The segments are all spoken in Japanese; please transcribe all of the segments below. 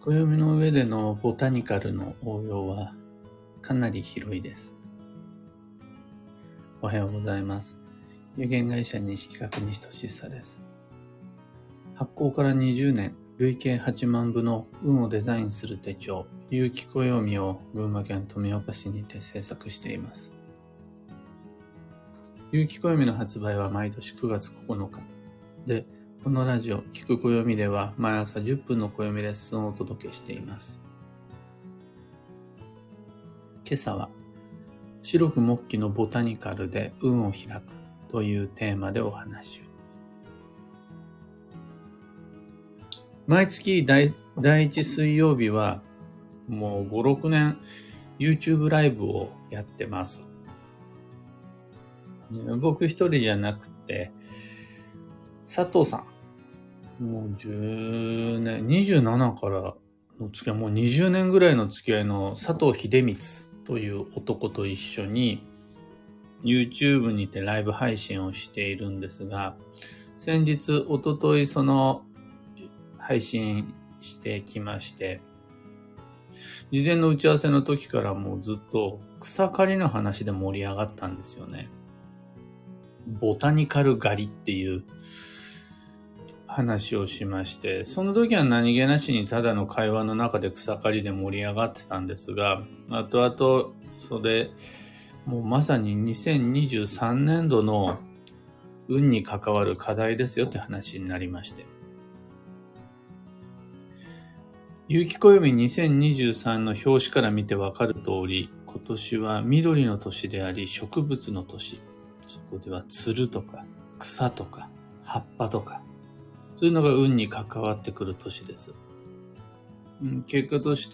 暦の上でのボタニカルの応用はかなり広いです。おはようございます。有限会社西企画西俊久です。発行から20年、累計8万部の運をデザインする手帳、有機暦を群馬県富岡市にて制作しています。有機暦の発売は毎年9月9日で、このラジオ、聞く暦では毎朝10分の暦レッスンをお届けしています。今朝は、白く木器のボタニカルで運を開くというテーマでお話を。毎月第1水曜日は、もう5、6年 YouTube ライブをやってます。僕一人じゃなくて、佐藤さん。もう10年、27からの付き合い、もう20年ぐらいの付き合いの佐藤秀光という男と一緒に YouTube にてライブ配信をしているんですが、先日、一昨日その配信してきまして、事前の打ち合わせの時からもうずっと草刈りの話で盛り上がったんですよね。ボタニカル狩りっていう話をしまして、その時は何気なしにただの会話の中で草刈りで盛り上がってたんですが、後々それもうまさに2023年度の運に関わる課題ですよって話になりまして、有機暦2023の表紙から見てわかる通り、今年は緑の年であり植物の年。そこではつるとか草とか葉っぱとか、そういうのが運に関わってくる年です。結果として、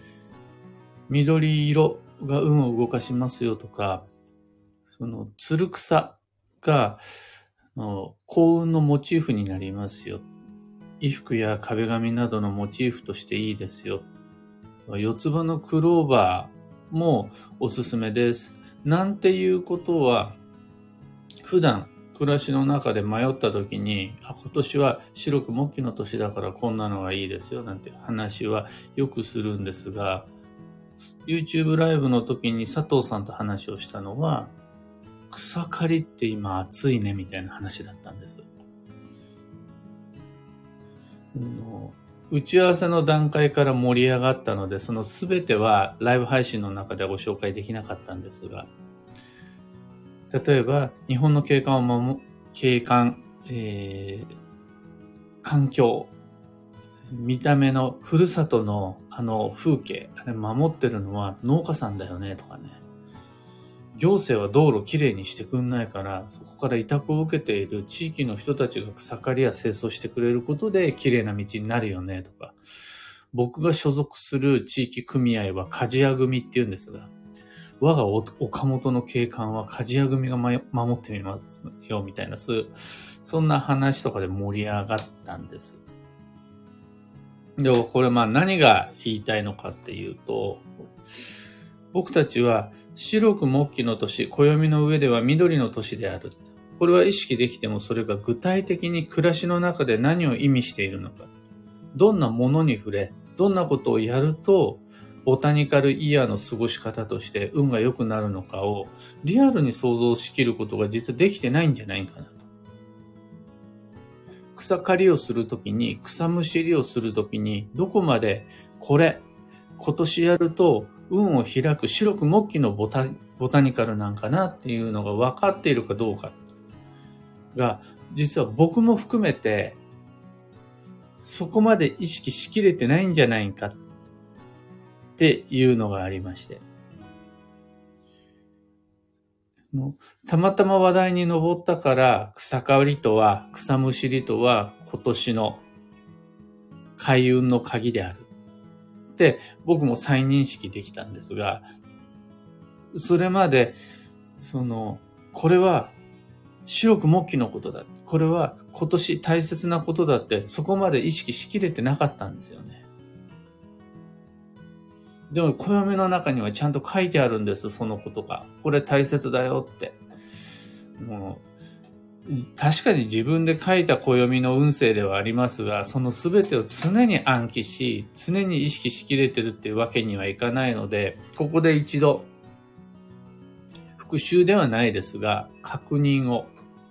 緑色が運を動かしますよとか、そのつる草が幸運のモチーフになりますよ。衣服や壁紙などのモチーフとしていいですよ。四つ葉のクローバーもおすすめです。なんていうことは、普段暮らしの中で迷った時に、今年は白く木器の年だからこんなのがいいですよなんて話はよくするんですが、YouTube ライブの時に佐藤さんと話をしたのは、草刈りって今暑いねみたいな話だったんです。打ち合わせの段階から盛り上がったので、その全てはライブ配信の中ではご紹介できなかったんですが、例えば日本の環境、見た目のふるさとの風景、あれ守ってるのは農家さんだよねとかね。行政は道路きれいにしてくんないから、そこから委託を受けている地域の人たちが草刈りや清掃してくれることできれいな道になるよねとか。僕が所属する地域組合は鍛冶屋組って言うんですが、我が岡本の景観は鍛冶屋組が守ってみますよみたいな、そんな話とかで盛り上がったんです。でもこれ何が言いたいのかっていうと、僕たちは白く木器の年、暦の上では緑の年である。これは意識できてもそれが具体的に暮らしの中で何を意味しているのか。どんなものに触れ、どんなことをやるとボタニカルイヤーの過ごし方として運が良くなるのかをリアルに想像しきることが実はできてないんじゃないかなと。草刈りをするときに、草むしりをするときに、どこまで今年やると運を開く白く木器のボタニカルなんかなっていうのが分かっているかどうかが、実は僕も含めてそこまで意識しきれてないんじゃないかっていうのがありまして。たまたま話題に上ったから草刈りとは草むしりとは今年の開運の鍵であるって僕も再認識できたんですが、それまでこれは白く木器のことだ、これは今年大切なことだってそこまで意識しきれてなかったんですよね。でも暦の中にはちゃんと書いてあるんです、そのことが。これ大切だよって。も確かに自分で書いた暦の運勢ではありますが、その全てを常に暗記し、常に意識しきれてるっていうわけにはいかないので、ここで一度、復習ではないですが、確認を。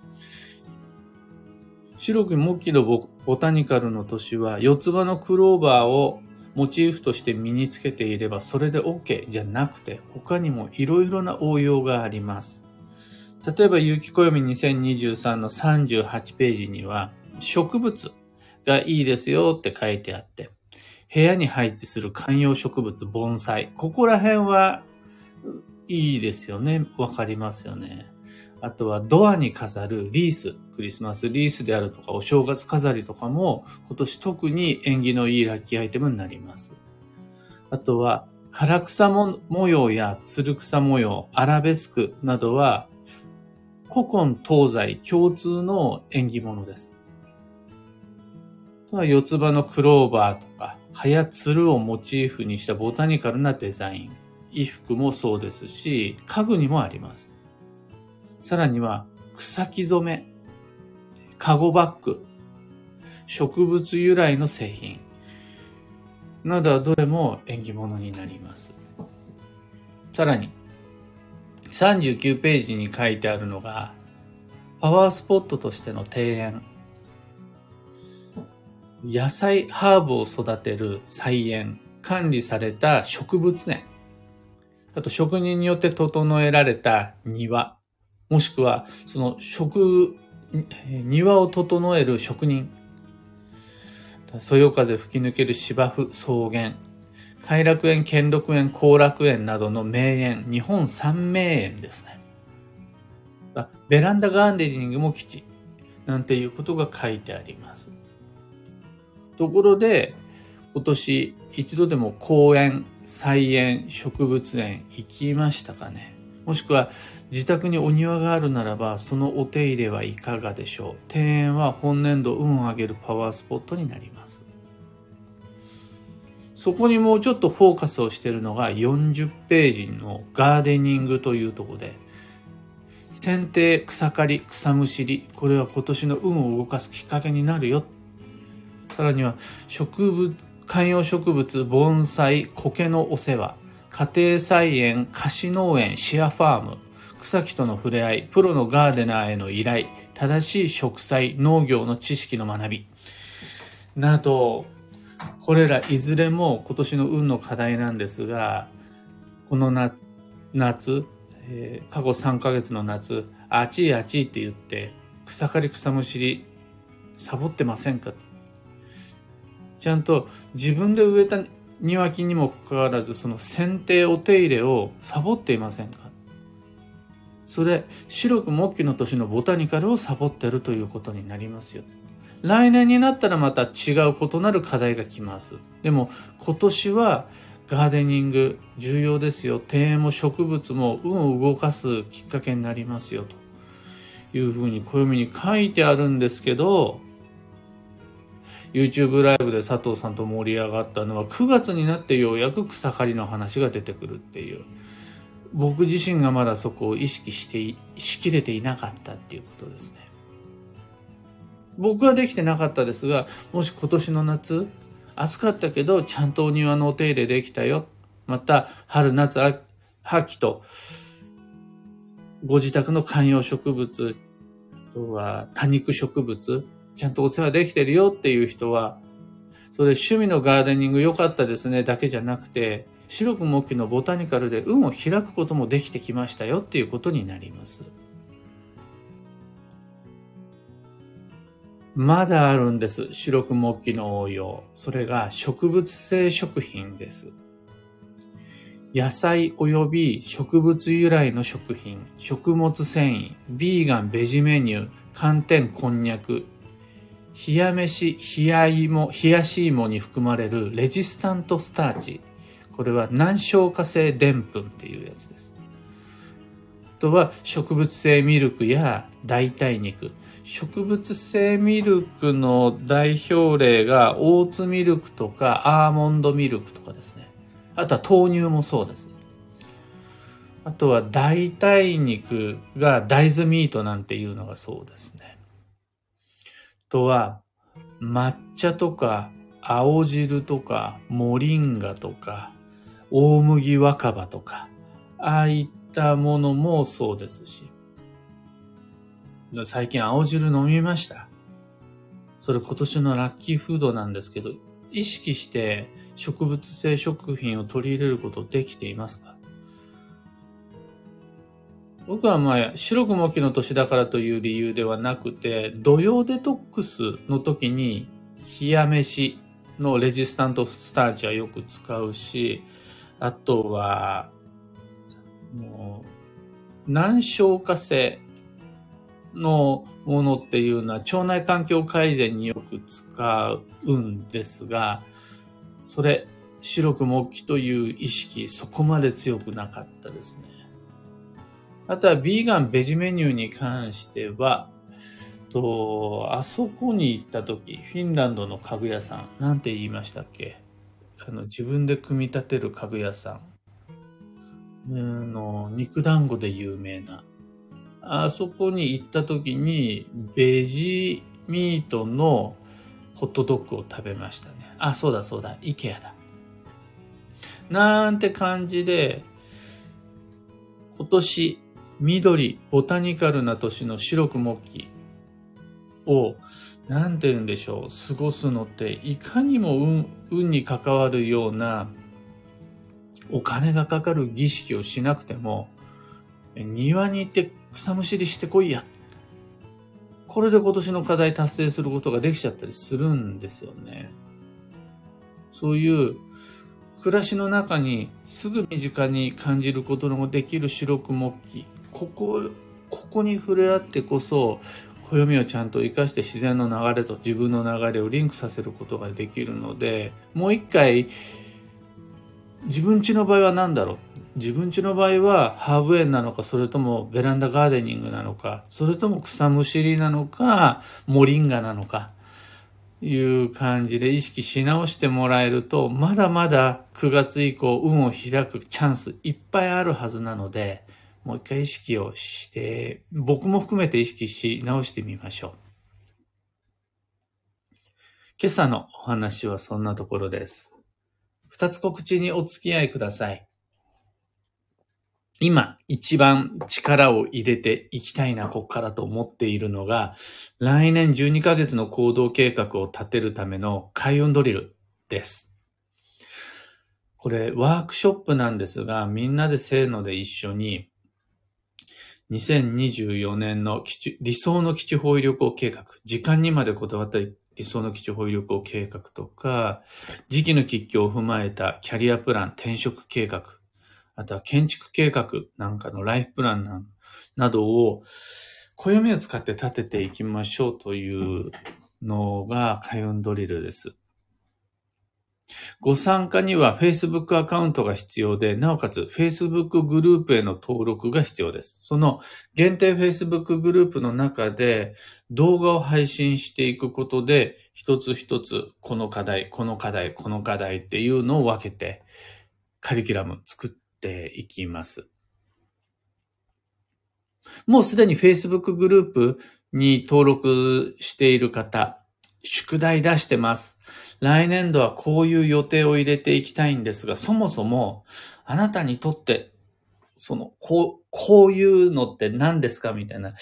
白く木のボタニカルの年は、四つ葉のクローバーをモチーフとして身につけていればそれで OK じゃなくて、他にもいろいろな応用があります。例えば、有機暦2023の38ページには、植物がいいですよって書いてあって、部屋に配置する観葉植物、盆栽。ここら辺はいいですよね。わかりますよね。あとはドアに飾るリース、クリスマスリースであるとかお正月飾りとかも今年特に縁起のいいラッキーアイテムになります。あとは唐草模様やつる草模様、アラベスクなどは古今東西共通の縁起物です。あとは四つ葉のクローバーとか葉やつるをモチーフにしたボタニカルなデザイン。衣服もそうですし、家具にもあります。さらには草木染め、カゴバッグ、植物由来の製品などはどれも縁起物になります。さらに39ページに書いてあるのがパワースポットとしての庭園、野菜、ハーブを育てる菜園、管理された植物園、あと職人によって整えられた庭、もしくはその庭を整える職人、そよ風吹き抜ける芝生草原、偕楽園、兼六園、後楽園などの名園、日本三名園ですね。ベランダガーデニングも基地なんていうことが書いてあります。ところで今年一度でも公園、菜園、植物園行きましたかね。もしくは自宅にお庭があるならばそのお手入れはいかがでしょう。庭園は本年度運を上げるパワースポットになります。そこにもうちょっとフォーカスをしているのが40ページのガーデニングというところで、剪定、草刈り、草むしり、これは今年の運を動かすきっかけになるよ。さらには観葉植物、盆栽、苔のお世話、家庭菜園、貸し農園、シェアファーム、草木との触れ合い、プロのガーデナーへの依頼、正しい植栽、農業の知識の学びなど、これらいずれも今年の運の課題なんですが、この夏、過去3ヶ月の夏、あちいあちいって言って草刈り草むしりサボってませんか？ちゃんと自分で植えた庭木にもかかわらずその剪定お手入れをサボっていませんか？それ白く木器の年のボタニカルをサボってるということになりますよ。来年になったらまた違う異なる課題が来ます。でも今年はガーデニング重要ですよ。庭園も植物も運を動かすきっかけになりますよというふうに暦に書いてあるんですけど、 YouTube ライブで佐藤さんと盛り上がったのは9月になってようやく草刈りの話が出てくるっていう、僕自身がまだそこを意識しきれていなかったっていうことですね。僕はできてなかったですが、もし今年の夏暑かったけどちゃんとお庭のお手入れできたよ、また春夏秋とご自宅の観葉植物、あとは多肉植物ちゃんとお世話できてるよっていう人は、それ趣味のガーデニング良かったですねだけじゃなくて、白く木器のボタニカルで運を開くこともできてきましたよっていうことになります。まだあるんです。白く木器の応用。それが植物性食品です。野菜及び植物由来の食品、食物繊維、ビーガン、ベジメニュー、寒天、こんにゃく、冷や飯、冷やし芋に含まれるレジスタントスターチ。これは難消化性でんぷんっていうやつです。あとは植物性ミルクや代替肉。植物性ミルクの代表例がオーツミルクとかアーモンドミルクとかですね。あとは豆乳もそうです。 あとは代替肉が大豆ミートなんていうのがそうですね。あとは抹茶とか青汁とかモリンガとか大麦若葉とか、ああいったものもそうですし。最近青汁飲みました。それ今年のラッキーフードなんですけど、意識して植物性食品を取り入れることできていますか？僕は白くもきの年だからという理由ではなくて、土曜デトックスの時に冷や飯のレジスタントスターチはよく使うし、あとは、難消化性のものっていうのは腸内環境改善によく使うんですが、それ、白くもきという意識、そこまで強くなかったですね。あとはビーガンベジメニューに関しては、あそこに行った時、フィンランドの家具屋さん、なんて言いましたっけ？自分で組み立てる家具屋さん。肉団子で有名な。あそこに行った時に、ベジミートのホットドッグを食べましたね。あ、そうだそうだ、イケアだ。なんて感じで、今年、緑、ボタニカルな年の白くもきを、なんて言うんでしょう、過ごすのって、いかにも運に関わるような、お金がかかる儀式をしなくても、庭に行って草むしりしてこいや。これで今年の課題達成することができちゃったりするんですよね。そういう暮らしの中にすぐ身近に感じることのできる白くもき。ここに触れ合ってこそ、暦をちゃんと活かして自然の流れと自分の流れをリンクさせることができるので、もう一回、自分家の場合は何だろう？自分家の場合はハーブ園なのか、それともベランダガーデニングなのか、それとも草むしりなのか、モリンガなのか、いう感じで意識し直してもらえると、まだまだ9月以降運を開くチャンスいっぱいあるはずなので、もう一回意識をして、僕も含めて意識し直してみましょう。今朝のお話はそんなところです。2つ告知にお付き合いください。今一番力を入れていきたいな、ここからと思っているのが、来年12ヶ月の行動計画を立てるための開運ドリルです。これワークショップなんですが、みんなでせーので一緒に、2024年の理想の基地方位旅行計画、時間にまでこだわった理想の基地方位旅行計画とか、時期の吉凶を踏まえたキャリアプラン、転職計画、あとは建築計画なんかのライフプランなどを暦を使って立てていきましょうというのが開運ドリルです。ご参加には Facebook アカウントが必要で、なおかつ Facebook グループへの登録が必要です。その限定 Facebook グループの中で動画を配信していくことで、一つ一つこの課題、この課題、この課題っていうのを分けてカリキュラム作っていきます。もうすでに Facebook グループに登録している方、宿題出してます。来年度はこういう予定を入れていきたいんですが、そもそもあなたにとってこういうのって何ですかみたいな、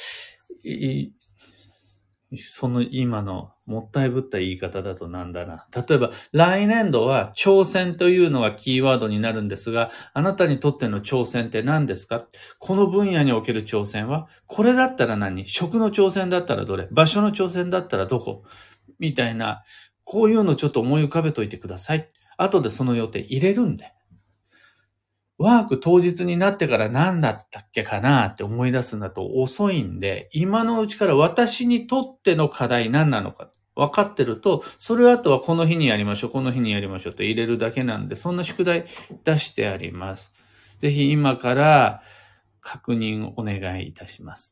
その今のもったいぶった言い方だとなんだな。例えば来年度は挑戦というのがキーワードになるんですが、あなたにとっての挑戦って何ですか？この分野における挑戦はこれだったら何？食の挑戦だったらどれ？場所の挑戦だったらどこ？みたいな、こういうのちょっと思い浮かべといてください。後でその予定入れるんで。ワーク当日になってから何だったっけかなって思い出すんだと遅いんで、今のうちから私にとっての課題何なのか分かってると、それあとはこの日にやりましょう、この日にやりましょうって入れるだけなんで、そんな宿題出してあります。ぜひ今から確認お願いいたします。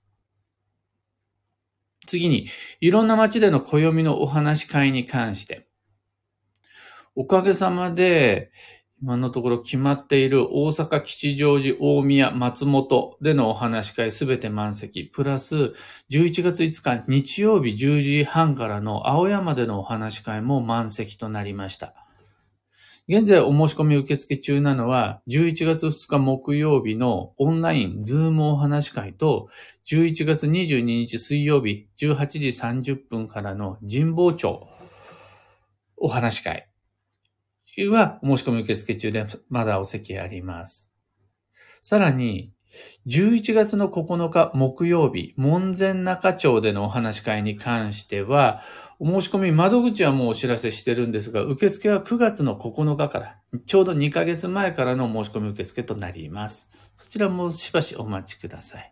次に、いろんな街での暦のお話し会に関して、おかげさまで、 今のところ決まっている大阪、吉祥寺、大宮、松本でのお話し会すべて満席。プラス、11月5日日曜日10時半からの青山でのお話し会も満席となりました。現在お申し込み受付中なのは、11月2日木曜日のオンラインズームお話し会と、11月22日水曜日18時30分からの神保町お話し会はお申し込み受付中でまだお席あります。さらに、11月の9日木曜日、門前仲町でのお話し会に関しては、お申し込み窓口はもうお知らせしてるんですが、受付は9月の9日から、ちょうど2ヶ月前からの申し込み受付となります。そちらもしばしお待ちください。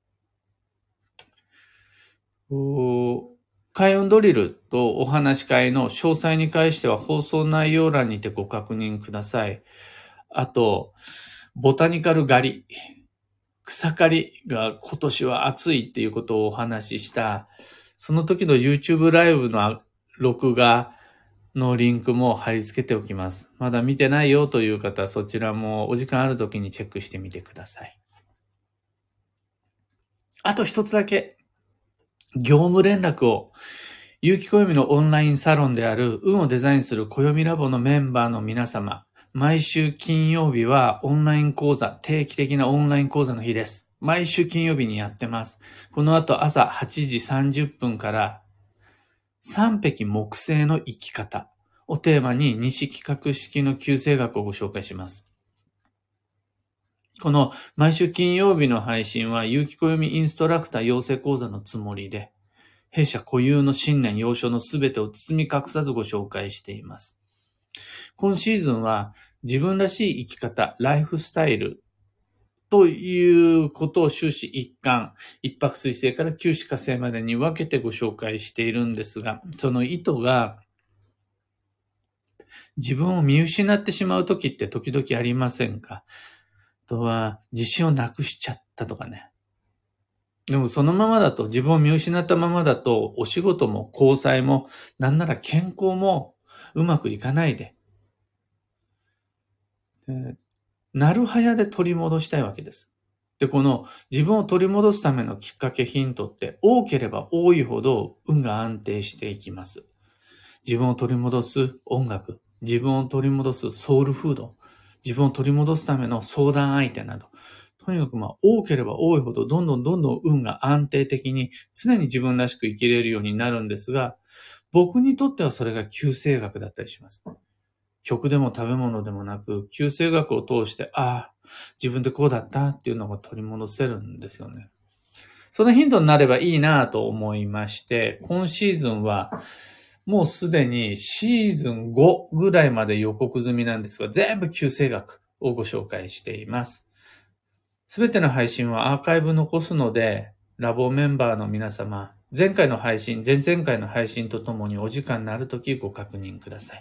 開運ドリルとお話し会の詳細に関しては放送内容欄にてご確認ください。あと、ボタニカル狩り、草刈りが今年は暑いっていうことをお話しした、その時の YouTube ライブの録画のリンクも貼り付けておきます。まだ見てないよという方、そちらもお時間ある時にチェックしてみてください。あと一つだけ、業務連絡を、有機暦のオンラインサロンである運をデザインする暦ラボのメンバーの皆様、毎週金曜日はオンライン講座、定期的なオンライン講座の日です。毎週金曜日にやってます。この後朝8時30分から三匹木星の生き方をテーマに西企画式の九星学をご紹介します。この毎週金曜日の配信は有機暦インストラクター養成講座のつもりで、弊社固有の信念、要所のすべてを包み隠さずご紹介しています。今シーズンは自分らしい生き方、ライフスタイルということを終始一貫、一泊水星から九死火星までに分けてご紹介しているんですが、その意図が自分を見失ってしまうときって時々ありませんか？あとは自信をなくしちゃったとかね。でもそのままだと、自分を見失ったままだと、お仕事も交際も、なんなら健康もうまくいかないで、なるはやで取り戻したいわけです。で、この自分を取り戻すためのきっかけヒントって多ければ多いほど運が安定していきます。自分を取り戻す音楽、自分を取り戻すソウルフード、自分を取り戻すための相談相手など、とにかく多ければ多いほどどんどん運が安定的に常に自分らしく生きれるようになるんですが、僕にとってはそれが九星学だったりします。食でも食べ物でもなく、九星学を通して、自分でこうだったっていうのが取り戻せるんですよね。そのヒントになればいいなと思いまして、今シーズンはもうすでにシーズン5ぐらいまで予告済みなんですが、全部九星学をご紹介しています。すべての配信はアーカイブ残すので、ラボメンバーの皆様、前回の配信、前々回の配信とともにお時間になるときご確認ください。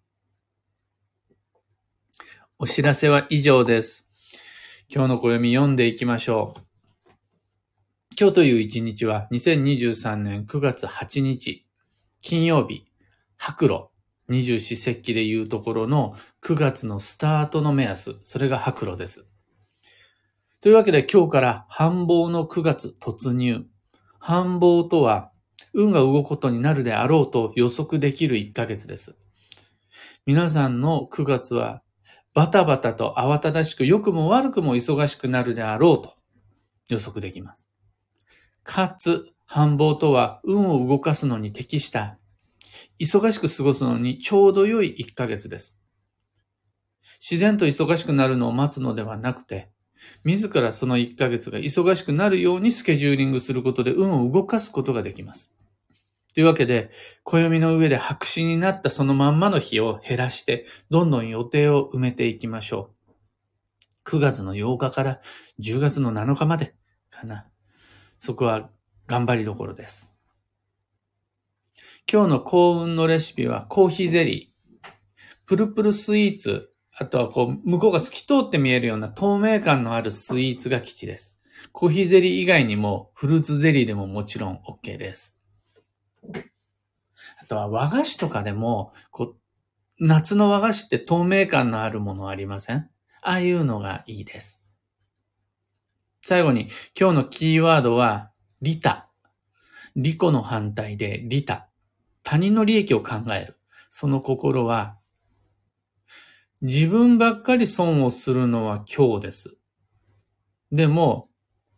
お知らせは以上です。今日の暦読んでいきましょう。今日という一日は2023年9月8日、金曜日、白露、二十四節気でいうところの9月のスタートの目安、それが白露です。というわけで今日から繁忙の9月突入。繁忙とは運が動くことになるであろうと予測できる1ヶ月です。皆さんの9月はバタバタと慌ただしく良くも悪くも忙しくなるであろうと予測できます。かつ繁忙とは運を動かすのに適した忙しく過ごすのにちょうど良い1ヶ月です。自然と忙しくなるのを待つのではなくて、自らその1ヶ月が忙しくなるようにスケジューリングすることで運を動かすことができます。というわけで、暦の上で白紙になったそのまんまの日を減らして、どんどん予定を埋めていきましょう。9月の8日から10月の7日までかな。そこは頑張りどころです。今日の幸運のレシピはコーヒーゼリー、プルプルスイーツ、あとは向こうが透き通って見えるような透明感のあるスイーツが吉です。コーヒーゼリー以外にもフルーツゼリーでももちろん OK です。あとは和菓子とかでも、 夏の和菓子って透明感のあるものありません？ああいうのがいいです。最後に、今日のキーワードは、利他。利己の反対で利他。他人の利益を考える。その心は、自分ばっかり損をするのは今日です。でも、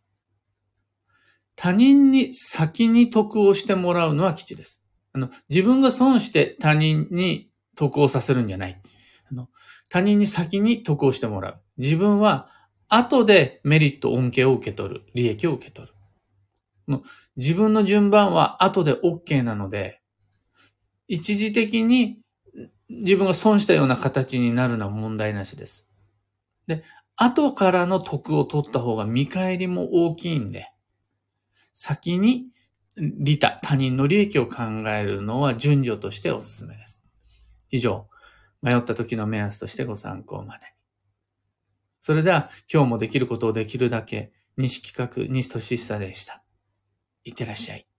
他人に先に得をしてもらうのは吉です。自分が損して他人に得をさせるんじゃない。他人に先に得をしてもらう。自分は後でメリット、恩恵を受け取る。利益を受け取る。自分の順番は後で OK なので、一時的に自分が損したような形になるのは問題なしです。で、後からの得を取った方が見返りも大きいんで、先に利他、他人の利益を考えるのは順序としておすすめです。以上、迷った時の目安としてご参考まで。それでは、今日もできることをできるだけ、西企画、西俊久でした。いってらっしゃい。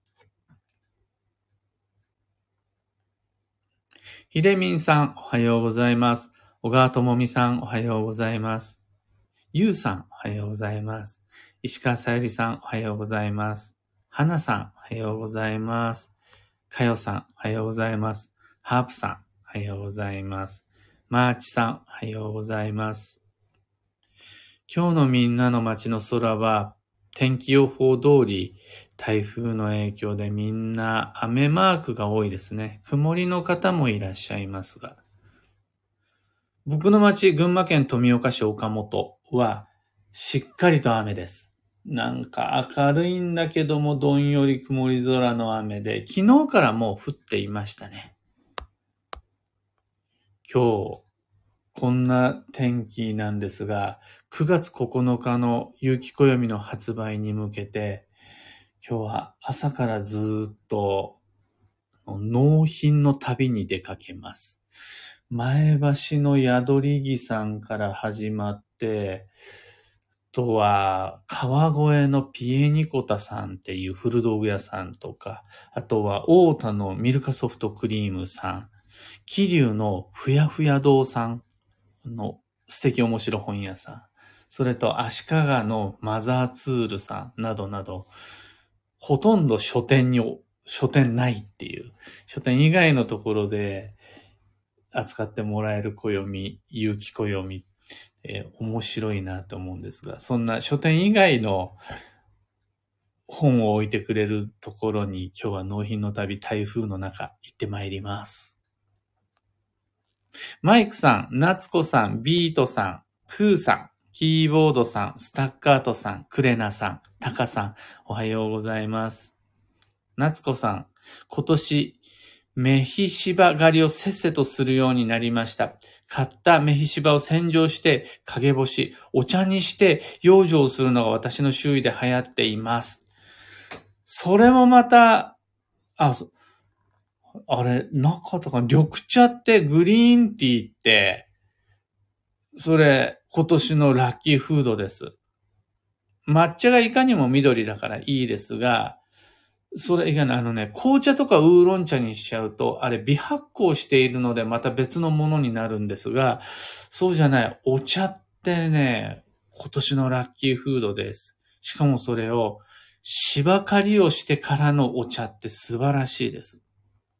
ひでみんさん、おはようございます。小川智美さん、おはようございます。ゆうさん、おはようございます。石川さゆりさん、おはようございます。はなさん、おはようございます。かよさん、おはようございます。ハープさん、おはようございます。マーチさん、おはようございます。今日のみんなの街の空は、天気予報通り、台風の影響でみんな雨マークが多いですね。曇りの方もいらっしゃいますが。僕の街、群馬県富岡市岡本は、しっかりと雨です。なんか明るいんだけども、どんより曇り空の雨で、昨日からもう降っていましたね。今日、こんな天気なんですが、9月9日の有機暦の発売に向けて、今日は朝からずっと納品の旅に出かけます。前橋の宿り木さんから始まって、あとは川越のピエニコタさんっていう古道具屋さんとか、あとは大田のミルカソフトクリームさん、桐生のふやふや堂さんの素敵面白本屋さん、それと足利のマザーツールさんなどなど、ほとんど書店ないっていう、書店以外のところで扱ってもらえる暦、有機暦、面白いなと思うんですが、そんな書店以外の本を置いてくれるところに今日は納品の旅、台風の中行ってまいります。マイクさん、夏子さん、ビートさん、クーさん、キーボードさん、スタッカートさん、クレナさん、タカさん、おはようございます。夏子さん、今年、メヒシバ狩りをせっせとするようになりました。買ったメヒシバを洗浄して、陰干し、お茶にして養生するのが私の周囲で流行っています。それもまた、あれ、なかったかな、緑茶ってグリーンティーって、それ、今年のラッキーフードです。抹茶がいかにも緑だからいいですが、それ以外の紅茶とかウーロン茶にしちゃうと、あれ微発酵しているのでまた別のものになるんですが、そうじゃない。お茶ってね、今年のラッキーフードです。しかもそれを芝刈りをしてからのお茶って素晴らしいです。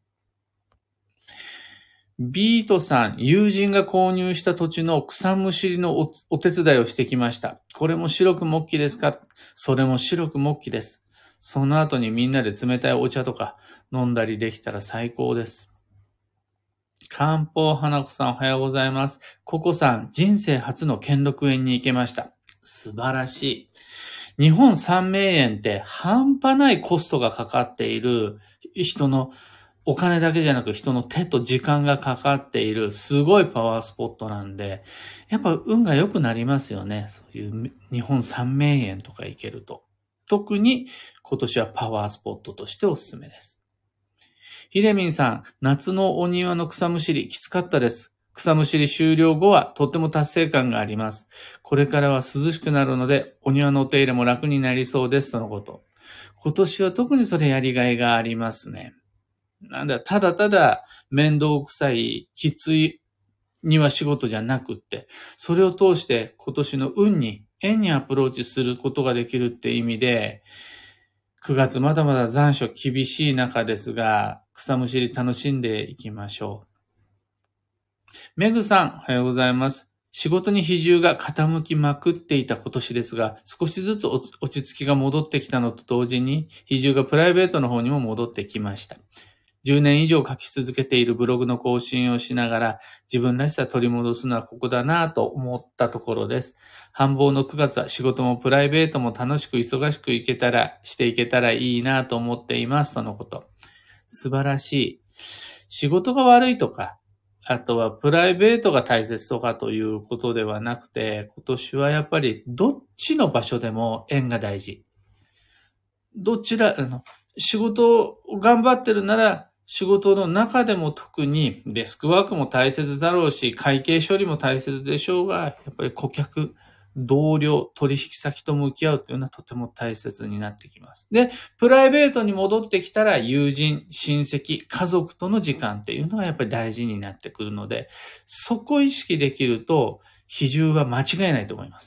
ビートさん、友人が購入した土地の草むしりのお手伝いをしてきました。これも白く木器ですか？それも白く木器です。その後にみんなで冷たいお茶とか飲んだりできたら最高です。漢方花子さん、おはようございます。ココさん、人生初の兼六園に行けました。素晴らしい。日本三名園って半端ないコストがかかっている人のお金だけじゃなく人の手と時間がかかっているすごいパワースポットなんで、やっぱ運が良くなりますよね。そういう日本三名園とか行けると。特に今年はパワースポットとしておすすめです。ひでみんさん、夏のお庭の草むしりきつかったです。草むしり終了後はとても達成感があります。これからは涼しくなるのでお庭のお手入れも楽になりそうです。とのこと。今年は特にそれやりがいがありますね。 なんだ、ただただ面倒くさい、きつい庭仕事じゃなくって、それを通して今年の縁にアプローチすることができるって意味で、9月まだまだ残暑厳しい中ですが、草むしり楽しんでいきましょう。メグさん、おはようございます。仕事に比重が傾きまくっていた今年ですが、少しずつ落ち着きが戻ってきたのと同時に、比重がプライベートの方にも戻ってきました。10年以上書き続けているブログの更新をしながら、自分らしさ取り戻すのはここだなぁと思ったところです。繁忙の9月は仕事もプライベートも楽しく忙しくしていけたらいいなと思っていますとのこと。素晴らしい。仕事が悪いとか、あとはプライベートが大切とかということではなくて、今年はやっぱりどっちの場所でも縁が大事。仕事を頑張ってるなら、仕事の中でも特にデスクワークも大切だろうし、会計処理も大切でしょうが、やっぱり顧客、同僚、取引先と向き合うというのはとても大切になってきます。で、プライベートに戻ってきたら友人、親戚、家族との時間っていうのがやっぱり大事になってくるので、そこを意識できると比重は間違いないと思います。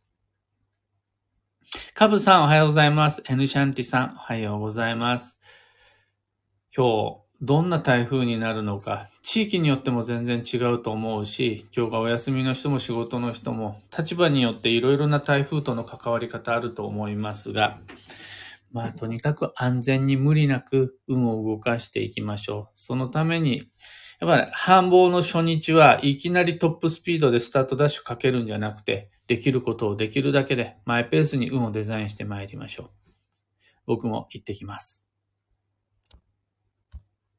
カブさんおはようございます。エヌシャンティさんおはようございます。今日どんな台風になるのか、地域によっても全然違うと思うし、今日がお休みの人も仕事の人も立場によっていろいろな台風との関わり方あると思いますが、とにかく安全に無理なく運を動かしていきましょう。そのために、やっぱり繁忙の初日はいきなりトップスピードでスタートダッシュかけるんじゃなくて、できることをできるだけでマイペースに運をデザインしてまいりましょう。僕も行ってきます。